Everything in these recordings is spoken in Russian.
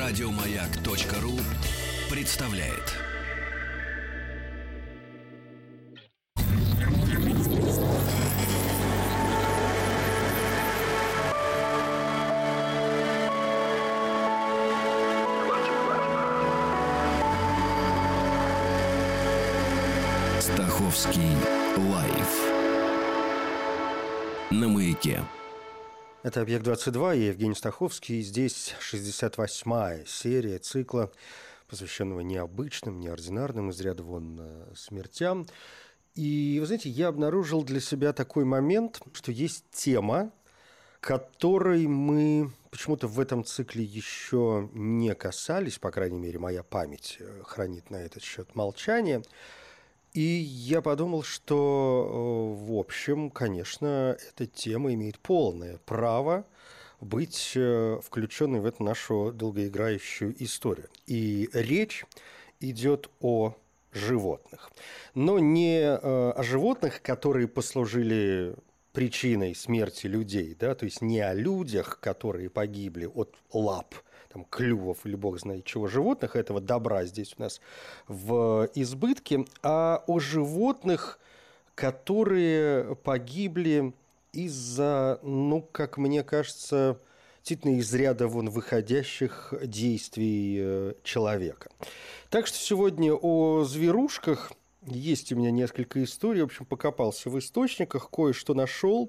Радиомаяк.ру представляет. Стаховский лайф на Маяке. Это «Объект-22», я Евгений Стаховский, и здесь 68-я серия цикла, посвященного необычным, неординарным, из ряда вон смертям. И, вы знаете, я обнаружил для себя такой момент, что есть тема, которой мы почему-то в этом цикле еще не касались, по крайней мере, моя память хранит на этот счет молчание. И я подумал, что, в общем, конечно, эта тема имеет полное право быть включенной в эту нашу долгоиграющую историю. И речь идет о животных. Но не о животных, которые послужили причиной смерти людей, да, то есть не о людях, которые погибли от лап, там, клювов или бог знает чего животных, этого добра здесь у нас в избытке, а о животных, которые погибли из-за, как мне кажется, действительно из ряда вон выходящих действий человека. Так что сегодня о зверушках. Есть у меня несколько историй, в общем, покопался в источниках, кое-что нашел.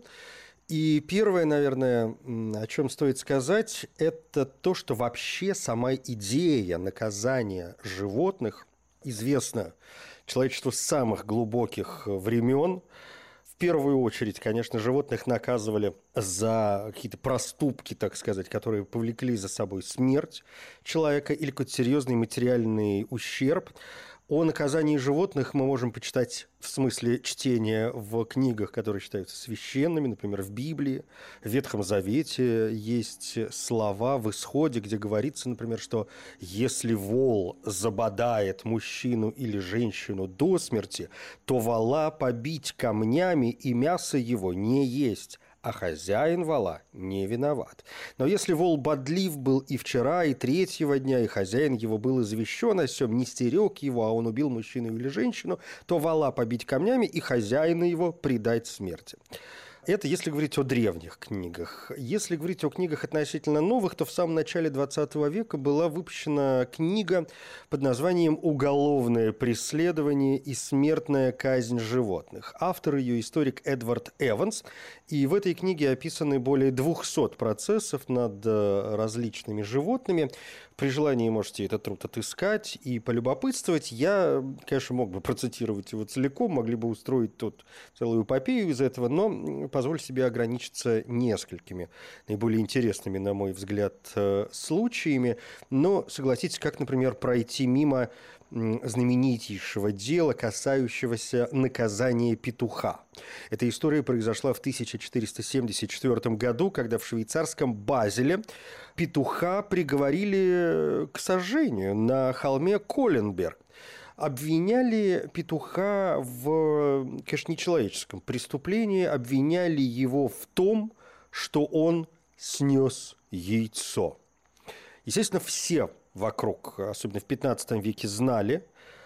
И первое, наверное, о чем стоит сказать, это то, что вообще сама идея наказания животных известна человечеству с самых глубоких времен. В первую очередь, конечно, животных наказывали за какие-то проступки, так сказать, которые повлекли за собой смерть человека или какой-то серьезный материальный ущерб. О наказании животных мы можем почитать в смысле чтения в книгах, которые считаются священными, например, в Библии, в Ветхом Завете есть слова в Исходе, где говорится, например, что если вол забодает мужчину или женщину до смерти, то вола побить камнями и мясо его не есть, а хозяин вола не виноват. Но если вол бодлив был и вчера, и третьего дня, и хозяин его был извещен о сем, не стерег его, а он убил мужчину или женщину, то вола побить камнями и хозяина его предать смерти. Это если говорить о древних книгах. Если говорить о книгах относительно новых, то в самом начале XX века была выпущена книга под названием «Уголовное преследование и смертная казнь животных». Автор ее историк Эдвард Эванс. И в этой книге описаны более 200 процессов над различными животными. При желании можете этот труд отыскать и полюбопытствовать. Я, конечно, мог бы процитировать его целиком, могли бы устроить тут целую эпопею из этого, но позволю себе ограничиться несколькими наиболее интересными, на мой взгляд, случаями. Но согласитесь, как, например, пройти мимо знаменитейшего дела, касающегося наказания петуха. Эта история произошла в 1474 году, когда в швейцарском Базеле петуха приговорили к сожжению на холме Коленберг. Обвиняли петуха в, конечно, нечеловеческом преступлении, обвиняли его в том, что он снес яйцо. Естественно, все вокруг, особенно в 15 веке, знали,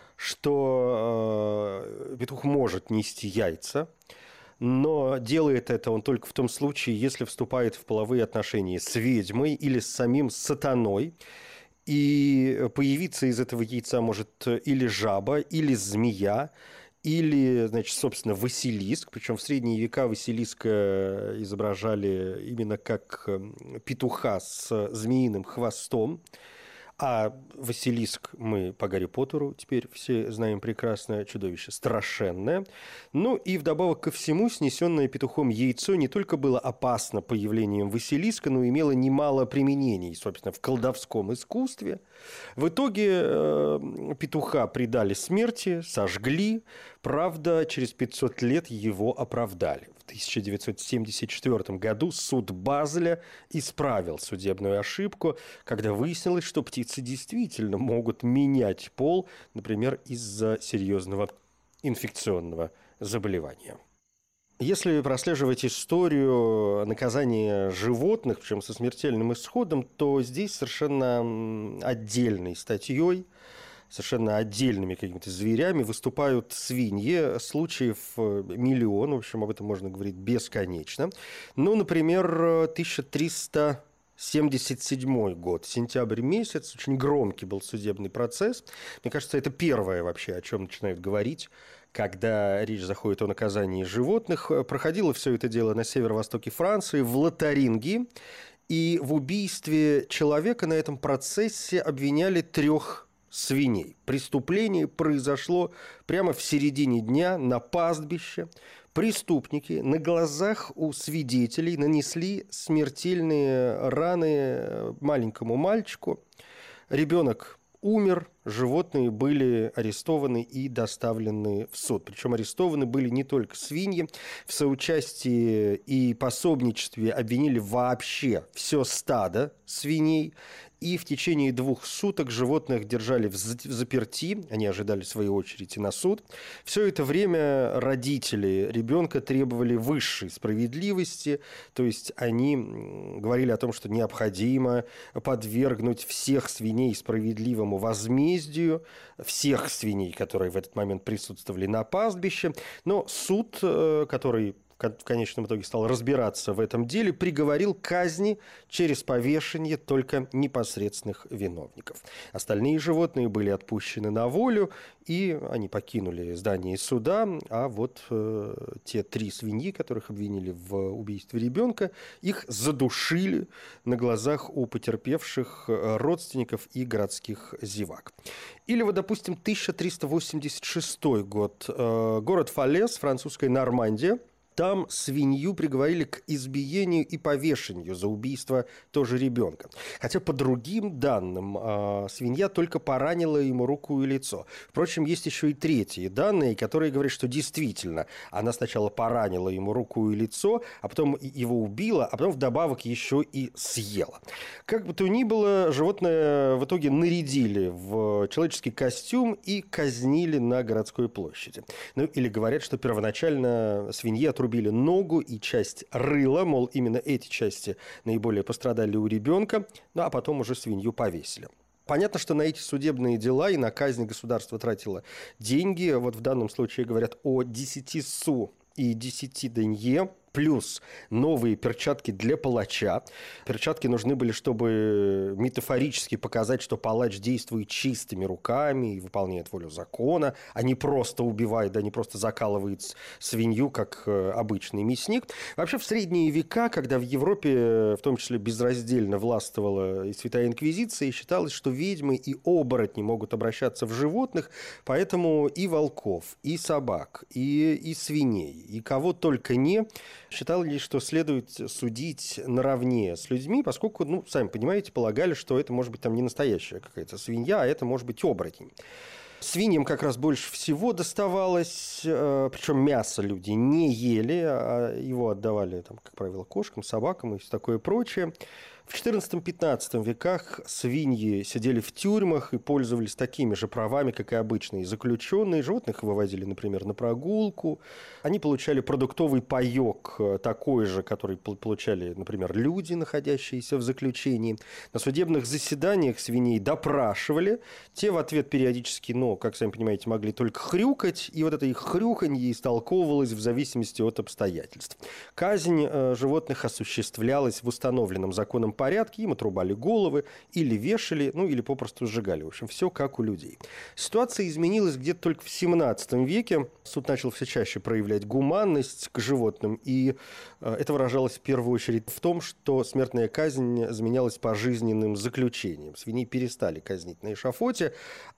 что петух может нести яйца, но делает это он только в том случае, если вступает в половые отношения с ведьмой или с самим сатаной. И появиться из этого яйца может или жаба, или змея, или, значит, собственно, Василиск. Причем в средние века Василиска изображали именно как петуха с змеиным хвостом. А Василиск мы по Гарри Поттеру теперь все знаем прекрасно, чудовище страшенное. Ну и вдобавок ко всему, снесенное петухом яйцо не только было опасно появлением Василиска, но имело немало применений, собственно, в колдовском искусстве. В итоге петуха предали смерти, сожгли. Правда, через 500 лет его оправдали. В 1974 году суд Базеля исправил судебную ошибку, когда выяснилось, что птицы действительно могут менять пол, например, из-за серьезного инфекционного заболевания. Если прослеживать историю наказания животных, причем со смертельным исходом, то здесь совершенно отдельной статьей, совершенно отдельными какими-то зверями выступают свиньи. Случаев миллион, в общем, об этом можно говорить бесконечно. Ну, например, 1377 год, сентябрь месяц, очень громкий был судебный процесс. Мне кажется, это первое вообще, о чем начинают говорить, когда речь заходит о наказании животных. Проходило все это дело на северо-востоке Франции, в Лотарингии. И в убийстве человека на этом процессе обвиняли 3 свиней. Преступление произошло прямо в середине дня на пастбище. Преступники на глазах у свидетелей нанесли смертельные раны маленькому мальчику. Ребенок умер, животные были арестованы и доставлены в суд. Причем арестованы были не только свиньи. В соучастии и пособничестве обвинили вообще все стадо свиней. И в течение 2 суток животных держали в заперти. Они ожидали своей очереди на суд. Все это время родители ребенка требовали высшей справедливости. То есть они говорили о том, что необходимо подвергнуть всех свиней справедливому возмездию. Всех свиней, которые в этот момент присутствовали на пастбище. Но суд, который в конечном итоге стал разбираться в этом деле, приговорил к казни через повешение только непосредственных виновников. Остальные животные были отпущены на волю, и они покинули здание суда, а вот те 3 свиньи, которых обвинили в убийстве ребенка, их задушили на глазах у потерпевших родственников и городских зевак. Или вот, допустим, 1386 год. Город Фалес, французская Нормандия. Там свинью приговорили к избиению и повешению за убийство тоже ребенка. Хотя по другим данным свинья только поранила ему руку и лицо. Впрочем, есть еще и третьи данные, которые говорят, что действительно она сначала поранила ему руку и лицо, а потом его убила, а потом вдобавок еще и съела. Как бы то ни было, животное в итоге нарядили в человеческий костюм и казнили на городской площади. Ну или говорят, что первоначально свинье отрубили ногу и часть рыла, мол, именно эти части наиболее пострадали у ребенка, ну а потом уже свинью повесили. Понятно, что на эти судебные дела и на казнь государство тратило деньги. Вот в данном случае говорят о 10 су и 10 денье, плюс новые перчатки для палача. Перчатки нужны были, чтобы метафорически показать, что палач действует чистыми руками и выполняет волю закона, а не просто убивает, да не просто закалывает свинью, как обычный мясник. Вообще в средние века, когда в Европе, в том числе безраздельно властвовала и Святая Инквизиция, считалось, что ведьмы и оборотни могут обращаться в животных, поэтому и волков, и собак, и свиней, и кого только не считали, что следует судить наравне с людьми, поскольку, ну, сами понимаете, полагали, что это может быть там не настоящая какая-то свинья, а это может быть оборотень. Свиньям как раз больше всего доставалось, причем мясо люди не ели, а его отдавали, там, как правило, кошкам, собакам и все такое прочее. В XIV-XV веках свиньи сидели в тюрьмах и пользовались такими же правами, как и обычные заключенные. Животных вывозили, например, на прогулку. Они получали продуктовый паёк, такой же, который получали, например, люди, находящиеся в заключении. На судебных заседаниях свиней допрашивали. Те в ответ периодически, как сами понимаете, могли только хрюкать. И вот это их хрюканье истолковывалось в зависимости от обстоятельств. Казнь животных осуществлялась в установленном законом порядке, им отрубали головы, или вешали, или попросту сжигали. В общем, все как у людей. Ситуация изменилась где-то только в XVII веке. Суд начал все чаще проявлять гуманность к животным, и это выражалось в первую очередь в том, что смертная казнь заменялась пожизненным заключением. Свиней перестали казнить на эшафоте,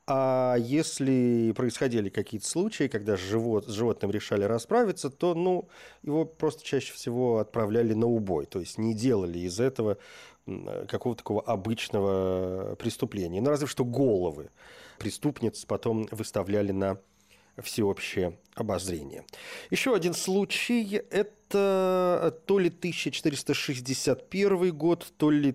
а если происходили какие-то случаи, когда с животным решали расправиться, то его просто чаще всего отправляли на убой, то есть не делали из этого какого-то такого обычного преступления. Разве что головы преступниц потом выставляли на всеобщее обозрение. Еще один случай – это то ли 1461 год, то ли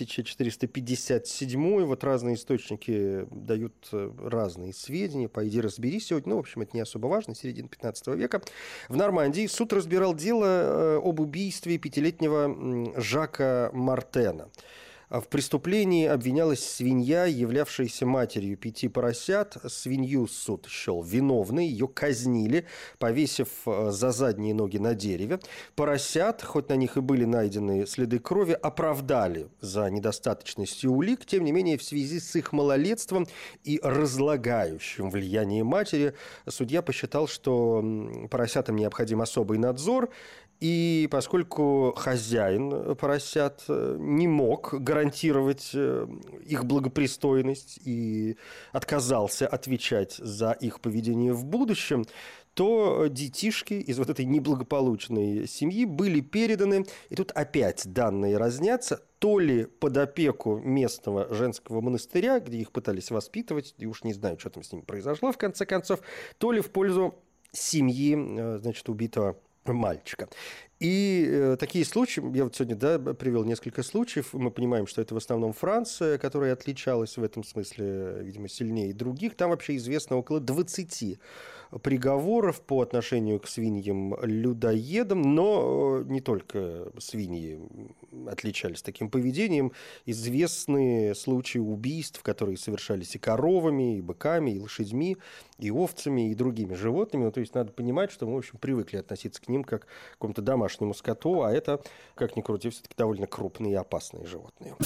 1457. Вот разные источники дают разные сведения. Пойди разберись сегодня. Ну, в общем, это не особо важно. Середина 15 века. В Нормандии суд разбирал дело об убийстве 5-летнего Жака Мартена. В преступлении обвинялась свинья, являвшаяся матерью 5 поросят. Свинью суд счел виновной, ее казнили, повесив за задние ноги на дереве. Поросят, хоть на них и были найдены следы крови, оправдали за недостаточностью улик. Тем не менее, в связи с их малолетством и разлагающим влиянием матери, судья посчитал, что поросятам необходим особый надзор. И поскольку хозяин поросят не мог гарантировать их благопристойность и отказался отвечать за их поведение в будущем, то детишки из вот этой неблагополучной семьи были переданы, и тут опять данные разнятся, то ли под опеку местного женского монастыря, где их пытались воспитывать, и уж не знаю, что там с ними произошло в конце концов, то ли в пользу семьи, значит, убитого мальчика. И такие случаи, я вот сегодня привел несколько случаев, мы понимаем, что это в основном Франция, которая отличалась в этом смысле, видимо, сильнее других. Там вообще известно около 20 приговоров по отношению к свиньям-людоедам, но не только свиньи отличались таким поведением. Известны случаи убийств, которые совершались и коровами, и быками, и лошадьми, и овцами, и другими животными. Ну, то есть надо понимать, что мы, в общем, привыкли относиться к ним как к какому-то домашнему скоту, а это, как ни крути, все-таки довольно крупные и опасные животные.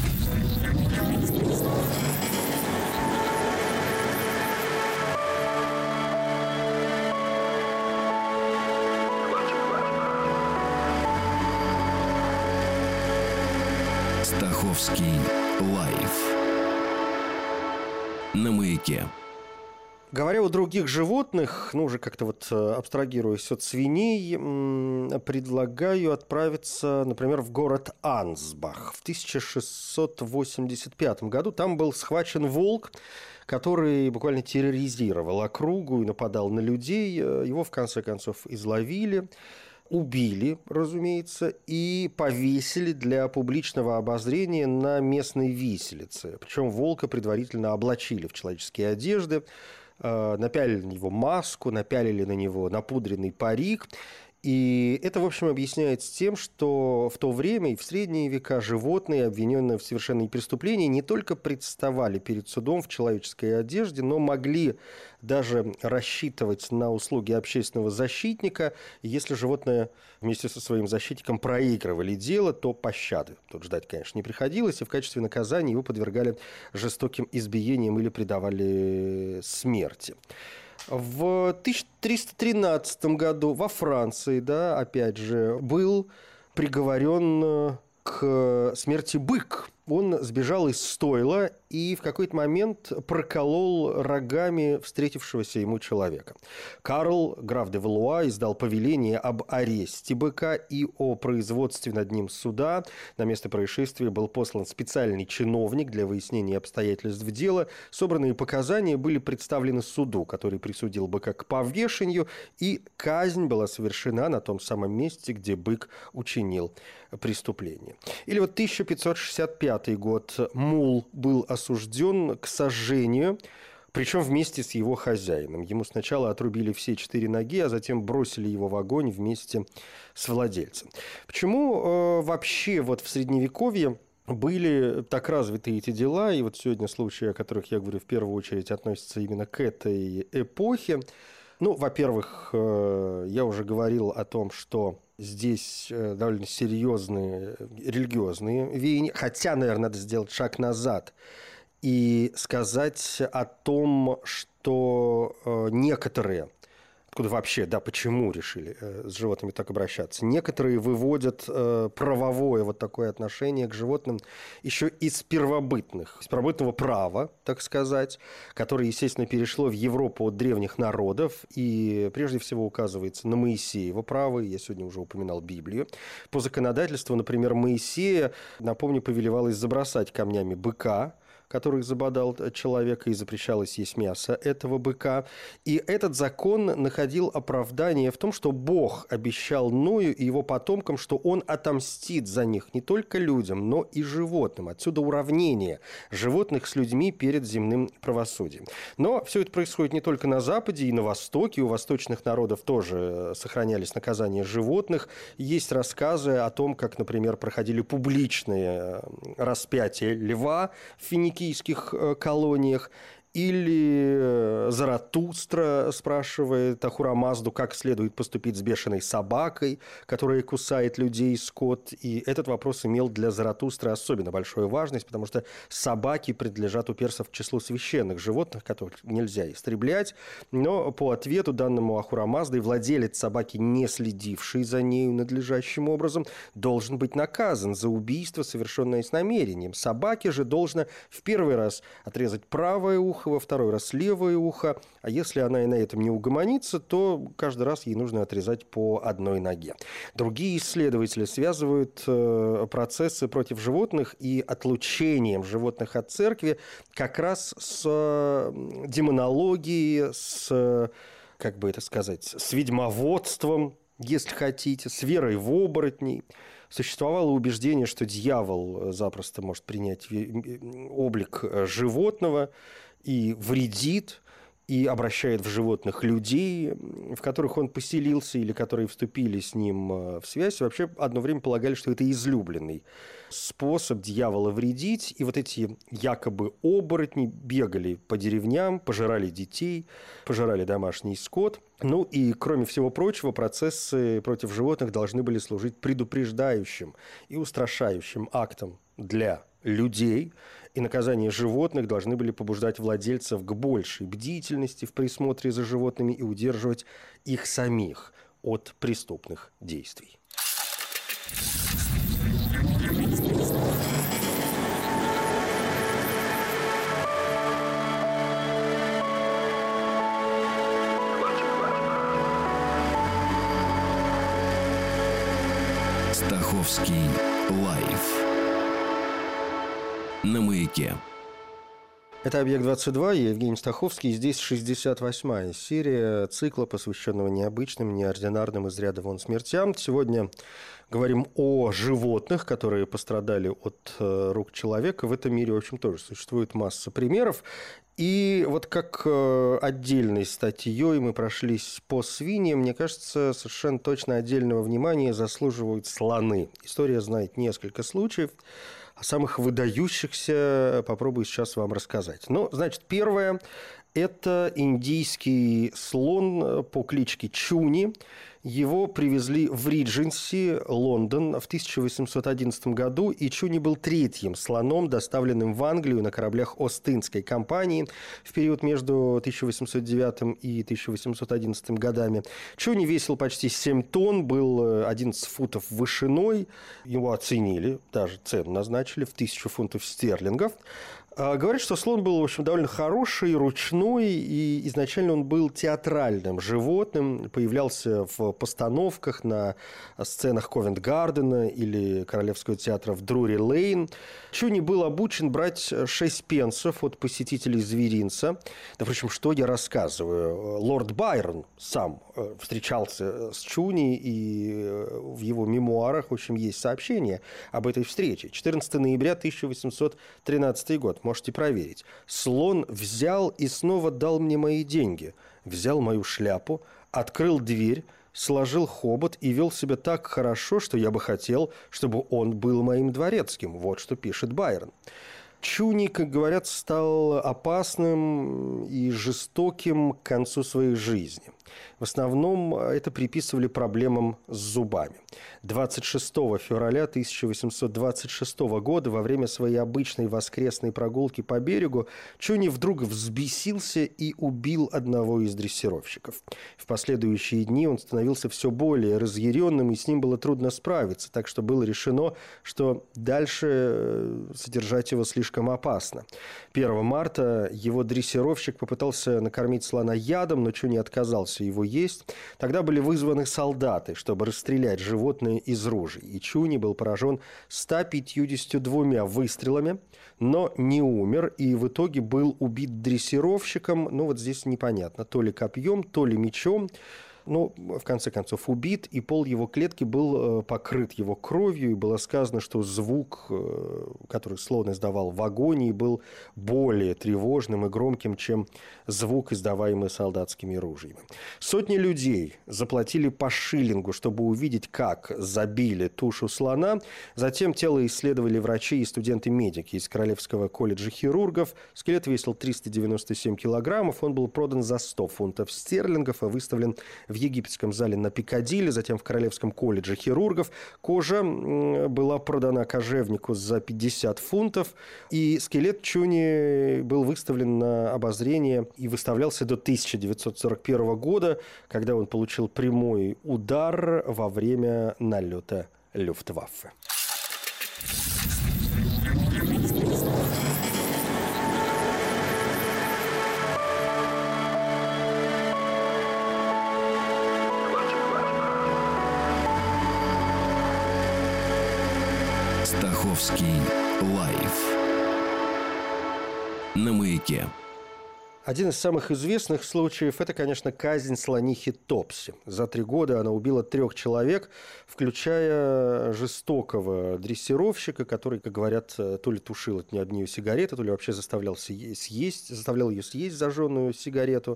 Стаховский лайф на Маяке. Говоря о других животных, ну, уже как-то вот абстрагируясь от свиней, предлагаю отправиться, например, в город Ансбах. В 1685 году там был схвачен волк, который буквально терроризировал округу и нападал на людей. Его, в конце концов, изловили. Убили, разумеется, и повесили для публичного обозрения на местной виселице. Причем волка предварительно облачили в человеческие одежды, напялили на него маску, напялили на него напудренный парик. И это, в общем, объясняется тем, что в то время и в средние века животные, обвиненные в совершении преступлений, не только представали перед судом в человеческой одежде, но могли даже рассчитывать на услуги общественного защитника. Если животное вместе со своим защитником проигрывали дело, то пощады тут ждать, конечно, не приходилось, и в качестве наказания его подвергали жестоким избиениям или предавали смерти. В 1313 году во Франции, да, опять же, был приговорен к смерти бык. Он сбежал из стойла и в какой-то момент проколол рогами встретившегося ему человека. Карл, граф де Валуа, издал повеление об аресте быка и о производстве над ним суда. На место происшествия был послан специальный чиновник для выяснения обстоятельств дела. Собранные показания были представлены суду, который присудил быка к повешению, и казнь была совершена на том самом месте, где бык учинил преступление. Или вот 1565 год. Мул был осужден к сожжению, причем вместе с его хозяином. Ему сначала отрубили все 4 ноги, а затем бросили его в огонь вместе с владельцем. Почему вообще вот в Средневековье были так развиты эти дела? И вот сегодня случаи, о которых я говорю, в первую очередь относятся именно к этой эпохе. Ну, во-первых, я уже говорил о том, что здесь довольно серьезные религиозные веяния. Хотя, наверное, надо сделать шаг назад и сказать о том, что некоторые, откуда вообще, да, почему решили с животными так обращаться, некоторые выводят правовое вот такое отношение к животным еще из первобытного права, так сказать, которое, естественно, перешло в Европу от древних народов и прежде всего указывается на Моисеево право, я сегодня уже упоминал Библию. По законодательству, например, Моисея, напомню, повелевалось забросать камнями быка, который забодал человека, и запрещалось есть мясо этого быка. И этот закон находил оправдание в том, что Бог обещал Ною и его потомкам, что он отомстит за них не только людям, но и животным. Отсюда уравнение животных с людьми перед земным правосудием. Но все это происходит не только на Западе, и на Востоке. У восточных народов тоже сохранялись наказания животных. Есть рассказы о том, как, например, проходили публичные распятия льва в финикийских колониях. Или Заратустра спрашивает Ахура Мазду, как следует поступить с бешеной собакой, которая кусает людей и скот. И этот вопрос имел для Заратустры особенно большую важность, потому что собаки принадлежат у персов к числу священных животных, которых нельзя истреблять. Но по ответу, данному Ахура Маздой, владелец собаки, не следивший за нею надлежащим образом, должен быть наказан за убийство, совершенное с намерением. Собаке же должно в первый раз отрезать правое ухо, во второй раз левое ухо, а если она и на этом не угомонится, то каждый раз ей нужно отрезать по одной ноге. Другие исследователи связывают процессы против животных и отлучением животных от церкви как раз с демонологией, с, как бы это сказать, с ведьмоводством, если хотите, с верой в оборотней. Существовало убеждение, что дьявол запросто может принять облик животного и вредит, и обращает в животных людей, в которых он поселился или которые вступили с ним в связь. Вообще одно время полагали, что это излюбленный способ дьявола вредить. И вот эти якобы оборотни бегали по деревням, пожирали детей, пожирали домашний скот. Ну и, кроме всего прочего, процессы против животных должны были служить предупреждающим и устрашающим актом для людей, и наказания животных должны были побуждать владельцев к большей бдительности в присмотре за животными и удерживать их самих от преступных действий. Стаховский лайф на Маяке. Это «Объект-22», я Евгений Стаховский. Здесь 68-я серия цикла, посвященного необычным, неординарным, из ряда вон смертям. Сегодня говорим о животных, которые пострадали от рук человека. В этом мире, в общем, тоже существует масса примеров. И вот как отдельной статьей мы прошлись по свиньям, мне кажется, совершенно точно отдельного внимания заслуживают слоны. История знает несколько случаев. О самых выдающихся попробую сейчас вам рассказать. Ну, значит, первое – это индийский слон по кличке Чуни. Его привезли в Ридженси, Лондон, в 1811 году, и Чуни был третьим слоном, доставленным в Англию на кораблях Ост-Индской компании в период между 1809 и 1811 годами. Чуни весил почти 7 тонн, был 11 футов вышиной, его оценили, даже цену назначили в 1000 фунтов стерлингов. Говорят, что слон был, в общем, довольно хороший, ручной, и изначально он был театральным животным, появлялся в постановках на сценах Ковент-Гардена или Королевского театра в Друри-Лейн. Чуни был обучен брать 6 пенсов от посетителей зверинца. Да, впрочем, что я рассказываю? Лорд Байрон сам встречался с Чуни, и в его мемуарах, в общем, есть сообщение об этой встрече. 14 ноября 1813 год. Можете проверить. Слон взял и снова дал мне мои деньги. Взял мою шляпу, открыл дверь, сложил хобот и вел себя так хорошо, что я бы хотел, чтобы он был моим дворецким. Вот что пишет Байрон. Чуни, как говорят, стал опасным и жестоким к концу своей жизни. В основном это приписывали проблемам с зубами. 26 февраля 1826 года во время своей обычной воскресной прогулки по берегу Чуни вдруг взбесился и убил одного из дрессировщиков. В последующие дни он становился все более разъяренным, и с ним было трудно справиться, так что было решено, что дальше содержать его слишком слишком опасно. 1 марта его дрессировщик попытался накормить слона ядом, но Чуни отказался его есть. Тогда были вызваны солдаты, чтобы расстрелять животное из ружей. И Чуни был поражен 152 выстрелами, но не умер и в итоге был убит дрессировщиком. Ну вот здесь непонятно, то ли копьем, то ли мечом. Но, в конце концов, убит, и пол его клетки был покрыт его кровью, и было сказано, что звук, который слон издавал в агонии, был более тревожным и громким, чем звук, издаваемый солдатскими ружьями. Сотни людей заплатили по шиллингу, чтобы увидеть, как забили тушу слона. Затем тело исследовали врачи и студенты-медики из Королевского колледжа хирургов. Скелет весил 397 килограммов, он был продан за 100 фунтов стерлингов и выставлен в египетском зале на Пикадилли, затем в Королевском колледже хирургов. Кожа была продана кожевнику за 50 фунтов, и скелет Чуни был выставлен на обозрение и выставлялся до 1941 года, когда он получил прямой удар во время налета Люфтваффе. Стаховский лайф на Маяке. Один из самых известных случаев – это, конечно, казнь слонихи Топси. За 3 года она убила 3 человек, включая жестокого дрессировщика, который, как говорят, то ли тушил от нее одни сигареты, то ли вообще заставлял ее съесть зажженную сигарету,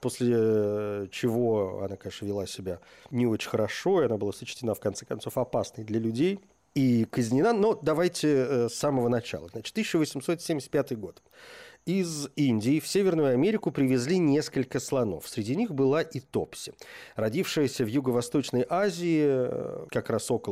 после чего она, конечно, вела себя не очень хорошо, и она была сочтена, в конце концов, опасной для людей и казнена. Но давайте с самого начала. Значит, 1875 год. Из Индии в Северную Америку привезли несколько слонов. Среди них была и Топси, родившаяся в Юго-Восточной Азии как раз около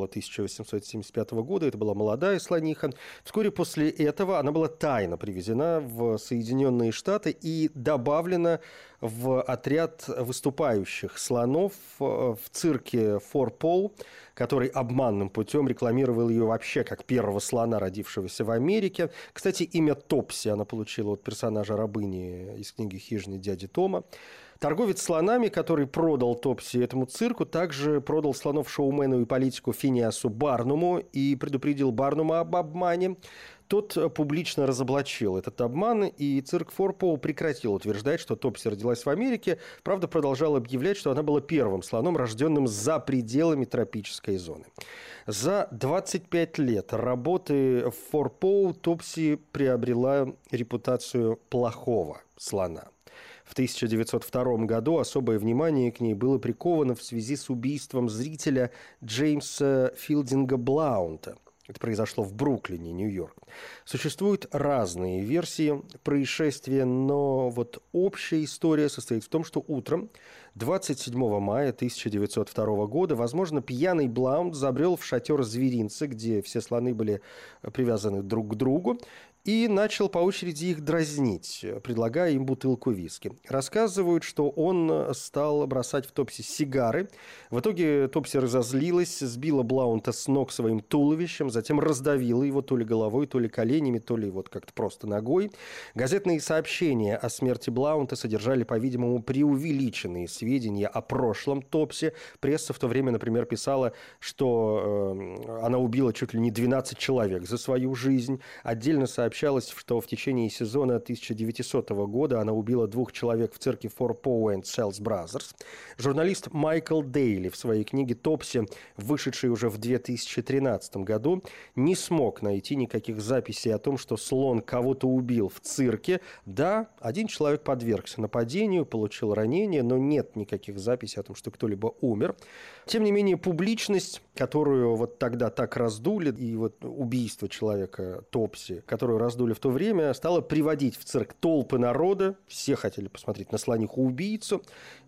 1875 года. Это была молодая слониха. Вскоре после этого она была тайно привезена в Соединенные Штаты и добавлена в отряд выступающих слонов в цирке Фор Поу, который обманным путем рекламировал ее вообще как первого слона, родившегося в Америке. Кстати, имя Топси она получила от персонажа рабыни из книги «Хижины дяди Тома». Торговец слонами, который продал Топси этому цирку, также продал слонов шоумену и политику Финиасу Барнуму и предупредил Барнума об обмане. Тот публично разоблачил этот обман, и цирк Фор Поу прекратил утверждать, что Топси родилась в Америке. Правда, продолжал объявлять, что она была первым слоном, рожденным за пределами тропической зоны. За 25 лет работы в Фор Поу Топси приобрела репутацию плохого слона. В 1902 году особое внимание к ней было приковано в связи с убийством зрителя Джеймса Филдинга Блаунта. Это произошло в Бруклине, Нью-Йорк. Существуют разные версии происшествия, но вот общая история состоит в том, что утром 27 мая 1902 года, возможно, пьяный Блаунт забрел в шатер зверинца, где все слоны были привязаны друг к другу, и начал по очереди их дразнить, предлагая им бутылку виски. Рассказывают, что он стал бросать в Топси сигары. В итоге Топси разозлилась, сбила Блаунта с ног своим туловищем, затем раздавила его то ли головой, то ли коленями, то ли вот как-то просто ногой. Газетные сообщения о смерти Блаунта содержали, по-видимому, преувеличенные сведения о прошлом Топси. Пресса в то время, например, писала, что она убила чуть ли не 12 человек за свою жизнь. Отдельно сообщалось, что в течение сезона 1900 года она убила 2 человек в цирке Фор Поу and Селс Бразерс. Журналист Майкл Дейли в своей книге «Топси», вышедшей уже в 2013 году, не смог найти никаких записей о том, что слон кого-то убил в цирке. Да, 1 человек подвергся нападению, получил ранение, но нет никаких записей о том, что кто-либо умер. Тем не менее, публичность, которую вот тогда так раздули, и вот убийство человека Топси, которую раздули в то время, стало приводить в цирк толпы народа. Все хотели посмотреть на слониху-убийцу.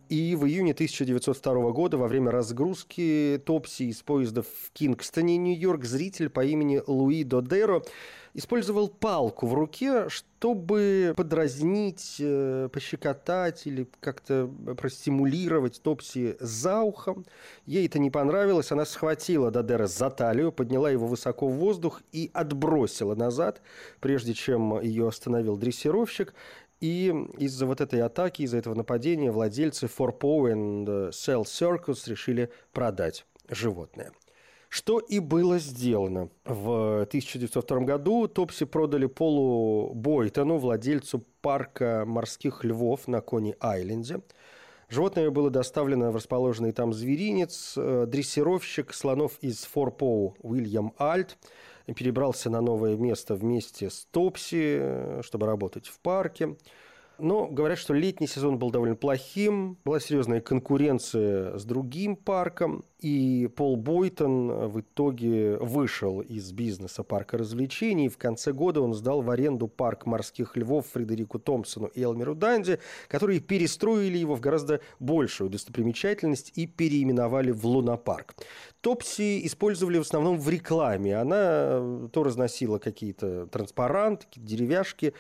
И в июне 1902 года во время разгрузки Топси из поезда в Кингстоне, Нью-Йорк, зритель по имени Луи Додеро использовал палку в руке, чтобы подразнить, пощекотать или как-то простимулировать Топси за ухом. Ей это не понравилось. Она схватила Додеро за талию, подняла его высоко в воздух и отбросила назад, прежде чем ее остановил дрессировщик. И из-за вот этой атаки, из-за этого нападения владельцы Four Paw and Cell Circus решили продать животное. Что и было сделано. В 1902 году Топси продали Полу Бойтону, владельцу парка морских львов на Кони-Айленде. Животное было доставлено в расположенный там зверинец. Дрессировщик слонов из Four Paw Уильям Альт перебрался на новое место вместе с Топси, чтобы работать в парке. Но говорят, что летний сезон был довольно плохим, была серьезная конкуренция с другим парком, и Пол Бойтон в итоге вышел из бизнеса парка развлечений, и в конце года он сдал в аренду парк морских львов Фредерику Томпсону и Элмеру Данди, которые перестроили его в гораздо большую достопримечательность и переименовали в лунопарк. Топси использовали в основном в рекламе. Она то разносила какие-то транспаранты, какие-то деревяшки,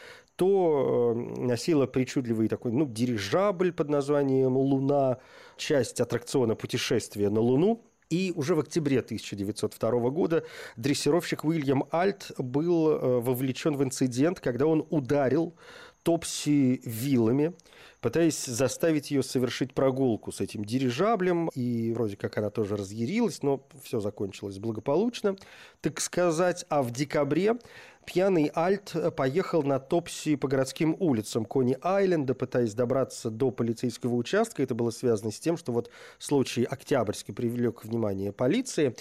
то носила причудливый такой, дирижабль под названием «Луна», часть аттракциона «Путешествие на Луну». И уже в октябре 1902 года дрессировщик Уильям Альт был вовлечен в инцидент, когда он ударил Топси вилами, пытаясь заставить ее совершить прогулку с этим дирижаблем. И вроде как она тоже разъярилась, но все закончилось благополучно, так сказать. А в декабре пьяный Альт поехал на Топси по городским улицам Кони-Айленда, пытаясь добраться до полицейского участка. Это было связано с тем, что вот случай Октябрьский привлек внимание полиции,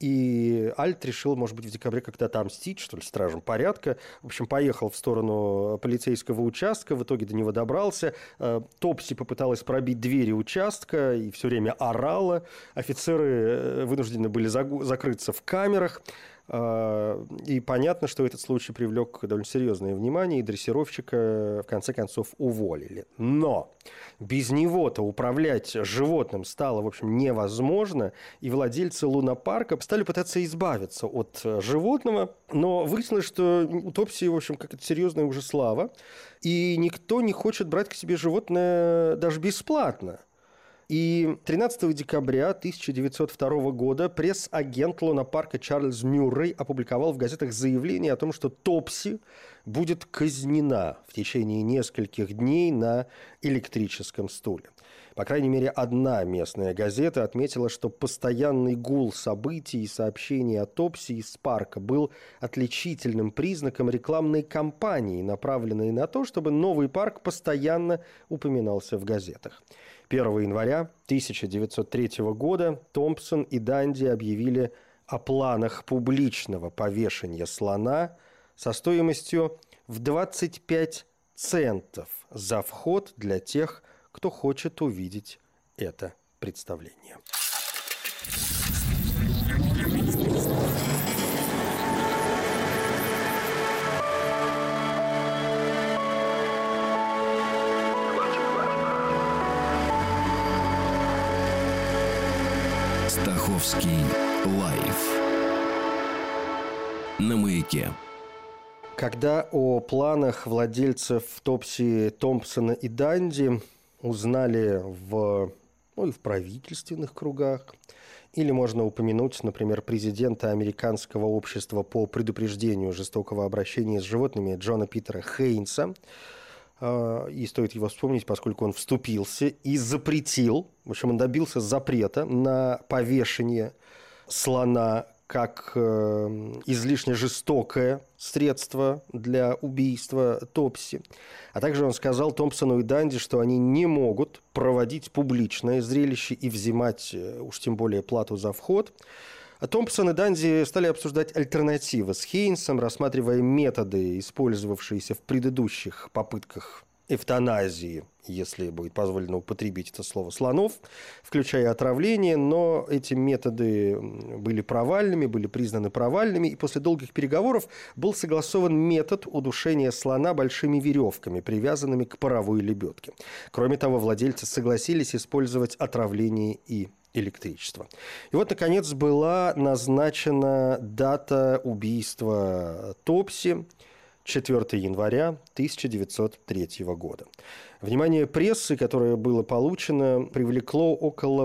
и Альт решил, может быть, в декабре как-то отомстить, что ли, стражам порядка. В общем, поехал в сторону полицейского участка, в итоге до него добрался. Топси попыталась пробить двери участка и все время орала. Офицеры вынуждены были закрыться в камерах. И понятно, что этот случай привлек довольно серьезное внимание, и дрессировщика в конце концов уволили. Но без него-то управлять животным стало, в общем, невозможно, и владельцы лунопарка стали пытаться избавиться от животного, но выяснилось, что у Топси, в общем, какая-то серьезная уже слава, и никто не хочет брать к себе животное даже бесплатно. И 13 декабря 1902 года пресс-агент лунопарка Чарльз Мюррей опубликовал в газетах заявление о том, что Топси будет казнена в течение нескольких дней на электрическом стуле. По крайней мере, одна местная газета отметила, что постоянный гул событий и сообщений о Топси из парка был отличительным признаком рекламной кампании, направленной на то, чтобы новый парк постоянно упоминался в газетах. 1 января 1903 года Томпсон и Данди объявили о планах публичного повешения слона со стоимостью в 25 центов за вход для тех, кто хочет увидеть это представление. Стаховский лайф на Маяке. Когда о планах владельцев Топси, Томпсона и Данди узнали в правительственных кругах, или можно упомянуть, например, президента Американского общества по предупреждению жестокого обращения с животными Джона Питера Хейнса, и стоит его вспомнить, поскольку он вступился и запретил, в общем, он добился запрета на повешение слона как излишне жестокое средство для убийства Топси. А также он сказал Томпсону и Данди, что они не могут проводить публичное зрелище и взимать уж тем более плату за вход. А Томпсон и Данди стали обсуждать альтернативы с Хейнсом, рассматривая методы, использовавшиеся в предыдущих попытках эвтаназии, если будет позволено употребить это слово, слонов, включая отравление, но эти методы были провальными, были признаны провальными, и после долгих переговоров был согласован метод удушения слона большими веревками, привязанными к паровой лебедке. Кроме того, владельцы согласились использовать отравление и электричество. И вот, наконец, была назначена дата убийства Топси, 4 января 1903 года. Внимание прессы, которое было получено, привлекло около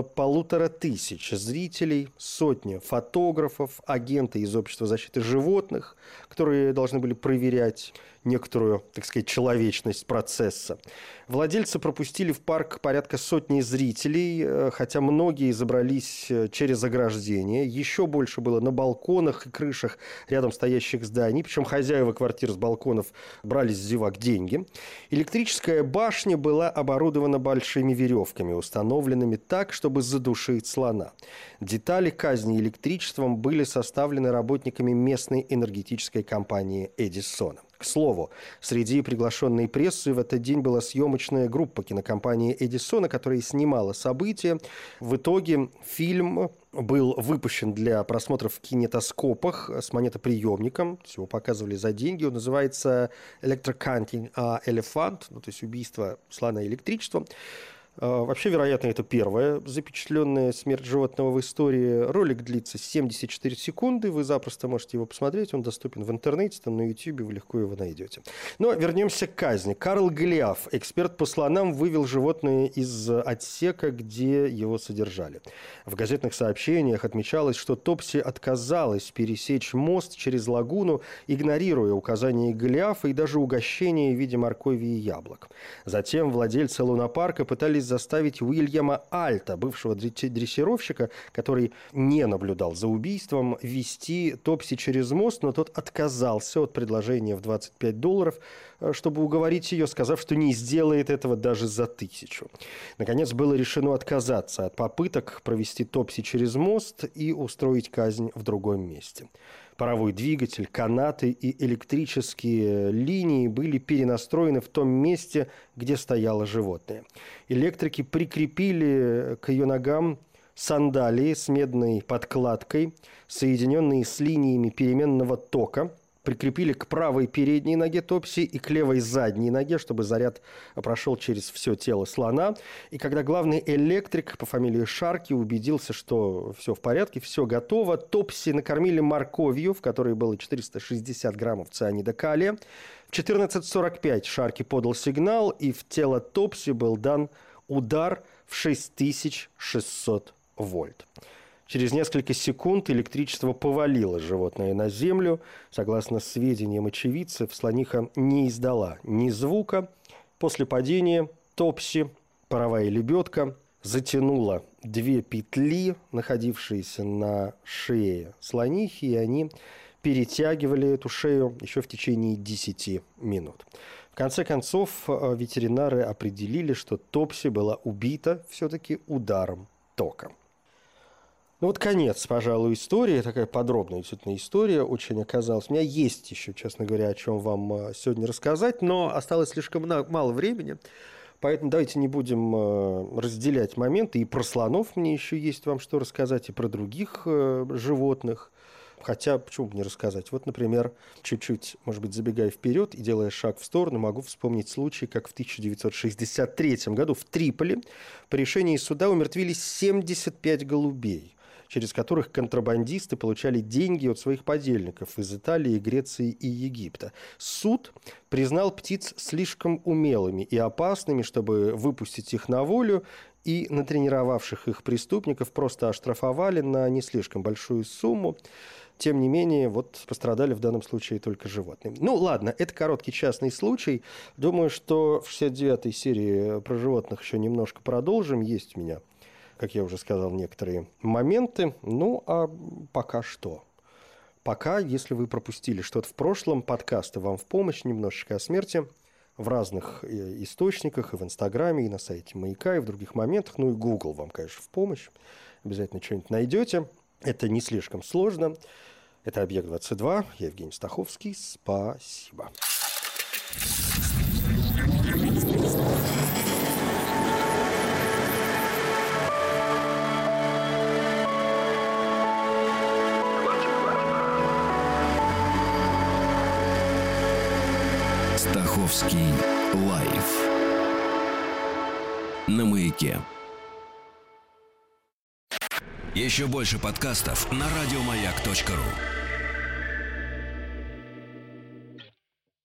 1500 зрителей, сотни фотографов, агенты из Общества защиты животных, которые должны были проверять некоторую, так сказать, человечность процесса. Владельцы пропустили в парк порядка сотни зрителей, хотя многие забрались через ограждение. Еще больше было на балконах и крышах рядом стоящих зданий. Причем хозяева квартир с балконов брали с зевак деньги. Электрическая башня была оборудована большими веревками, установленными так, чтобы задушить слона. Детали казни электричеством были составлены работниками местной энергетической компании «Эдисона». К слову, среди приглашенной прессы в этот день была съемочная группа кинокомпании «Эдисона», которая снимала события. В итоге фильм был выпущен для просмотра в кинетоскопах с монетоприемником. Его показывали за деньги. Он называется «Electrocuting Elephant», то есть убийство слона электричеством. Вообще, вероятно, это первая запечатленная смерть животного в истории. Ролик длится 74 секунды. Вы запросто можете его посмотреть. Он доступен в интернете, там на YouTube, вы легко его найдете. Но вернемся к казни. Карл Голиаф, эксперт по слонам, вывел животное из отсека, где его содержали. В газетных сообщениях отмечалось, что Топси отказалась пересечь мост через лагуну, игнорируя указания Голиафа и даже угощение в виде моркови и яблок. Затем владельцы лунопарка пытались заставить Уильяма Альта, бывшего дрессировщика, который не наблюдал за убийством, вести Топси через мост, но тот отказался от предложения в $25, чтобы уговорить ее, сказав, что не сделает этого даже за 1000. Наконец, было решено отказаться от попыток провести Топси через мост и устроить казнь в другом месте. Паровой двигатель, канаты и электрические линии были перенастроены в том месте, где стояло животное. Электрики прикрепили к ее ногам сандалии с медной подкладкой, соединенные с линиями переменного тока, прикрепили к правой передней ноге Топси и к левой задней ноге, чтобы заряд прошел через все тело слона. И когда главный электрик по фамилии Шарки убедился, что все в порядке, все готово, Топси накормили морковью, в которой было 460 граммов цианида калия. В 14:45 Шарки подал сигнал, и в тело Топси был дан удар в 6600 вольт. Через несколько секунд электричество повалило животное на землю. Согласно сведениям очевидцев, слониха не издала ни звука. После падения Топси, паровая лебедка, затянула 2 петли, находившиеся на шее слонихи, и они перетягивали эту шею еще в течение 10 минут. В конце концов, ветеринары определили, что Топси была убита все-таки ударом тока. Ну вот конец, пожалуй, истории. Такая подробная действительно история очень оказалась. У меня есть еще, честно говоря, о чем вам сегодня рассказать, но осталось слишком мало времени. Поэтому давайте не будем разделять моменты. И про слонов мне еще есть вам что рассказать, и про других животных. Хотя, почему бы не рассказать? Вот, например, чуть-чуть, может быть, забегая вперед и делая шаг в сторону, могу вспомнить случай, как в 1963 году в Триполи по решению суда умертвили 75 голубей, через которых контрабандисты получали деньги от своих подельников из Италии, Греции и Египта. Суд признал птиц слишком умелыми и опасными, чтобы выпустить их на волю, и натренировавших их преступников просто оштрафовали на не слишком большую сумму. Тем не менее, вот пострадали в данном случае только животные. Ну, ладно, это короткий частный случай. Думаю, что в 69-й серии про животных еще немножко продолжим. Есть у меня, как я уже сказал, некоторые моменты. Ну, а пока что. Пока, если вы пропустили что-то в прошлом, подкасты вам в помощь, немножечко о смерти в разных источниках, и в Инстаграме, и на сайте Маяка, и в других моментах. Ну, и Google вам, конечно, в помощь. Обязательно что-нибудь найдете. Это не слишком сложно. Это «Объект-22». Я Евгений Стаховский. Спасибо. Стаховский лайф на Маяке. Еще больше подкастов на радиомаяк.ру.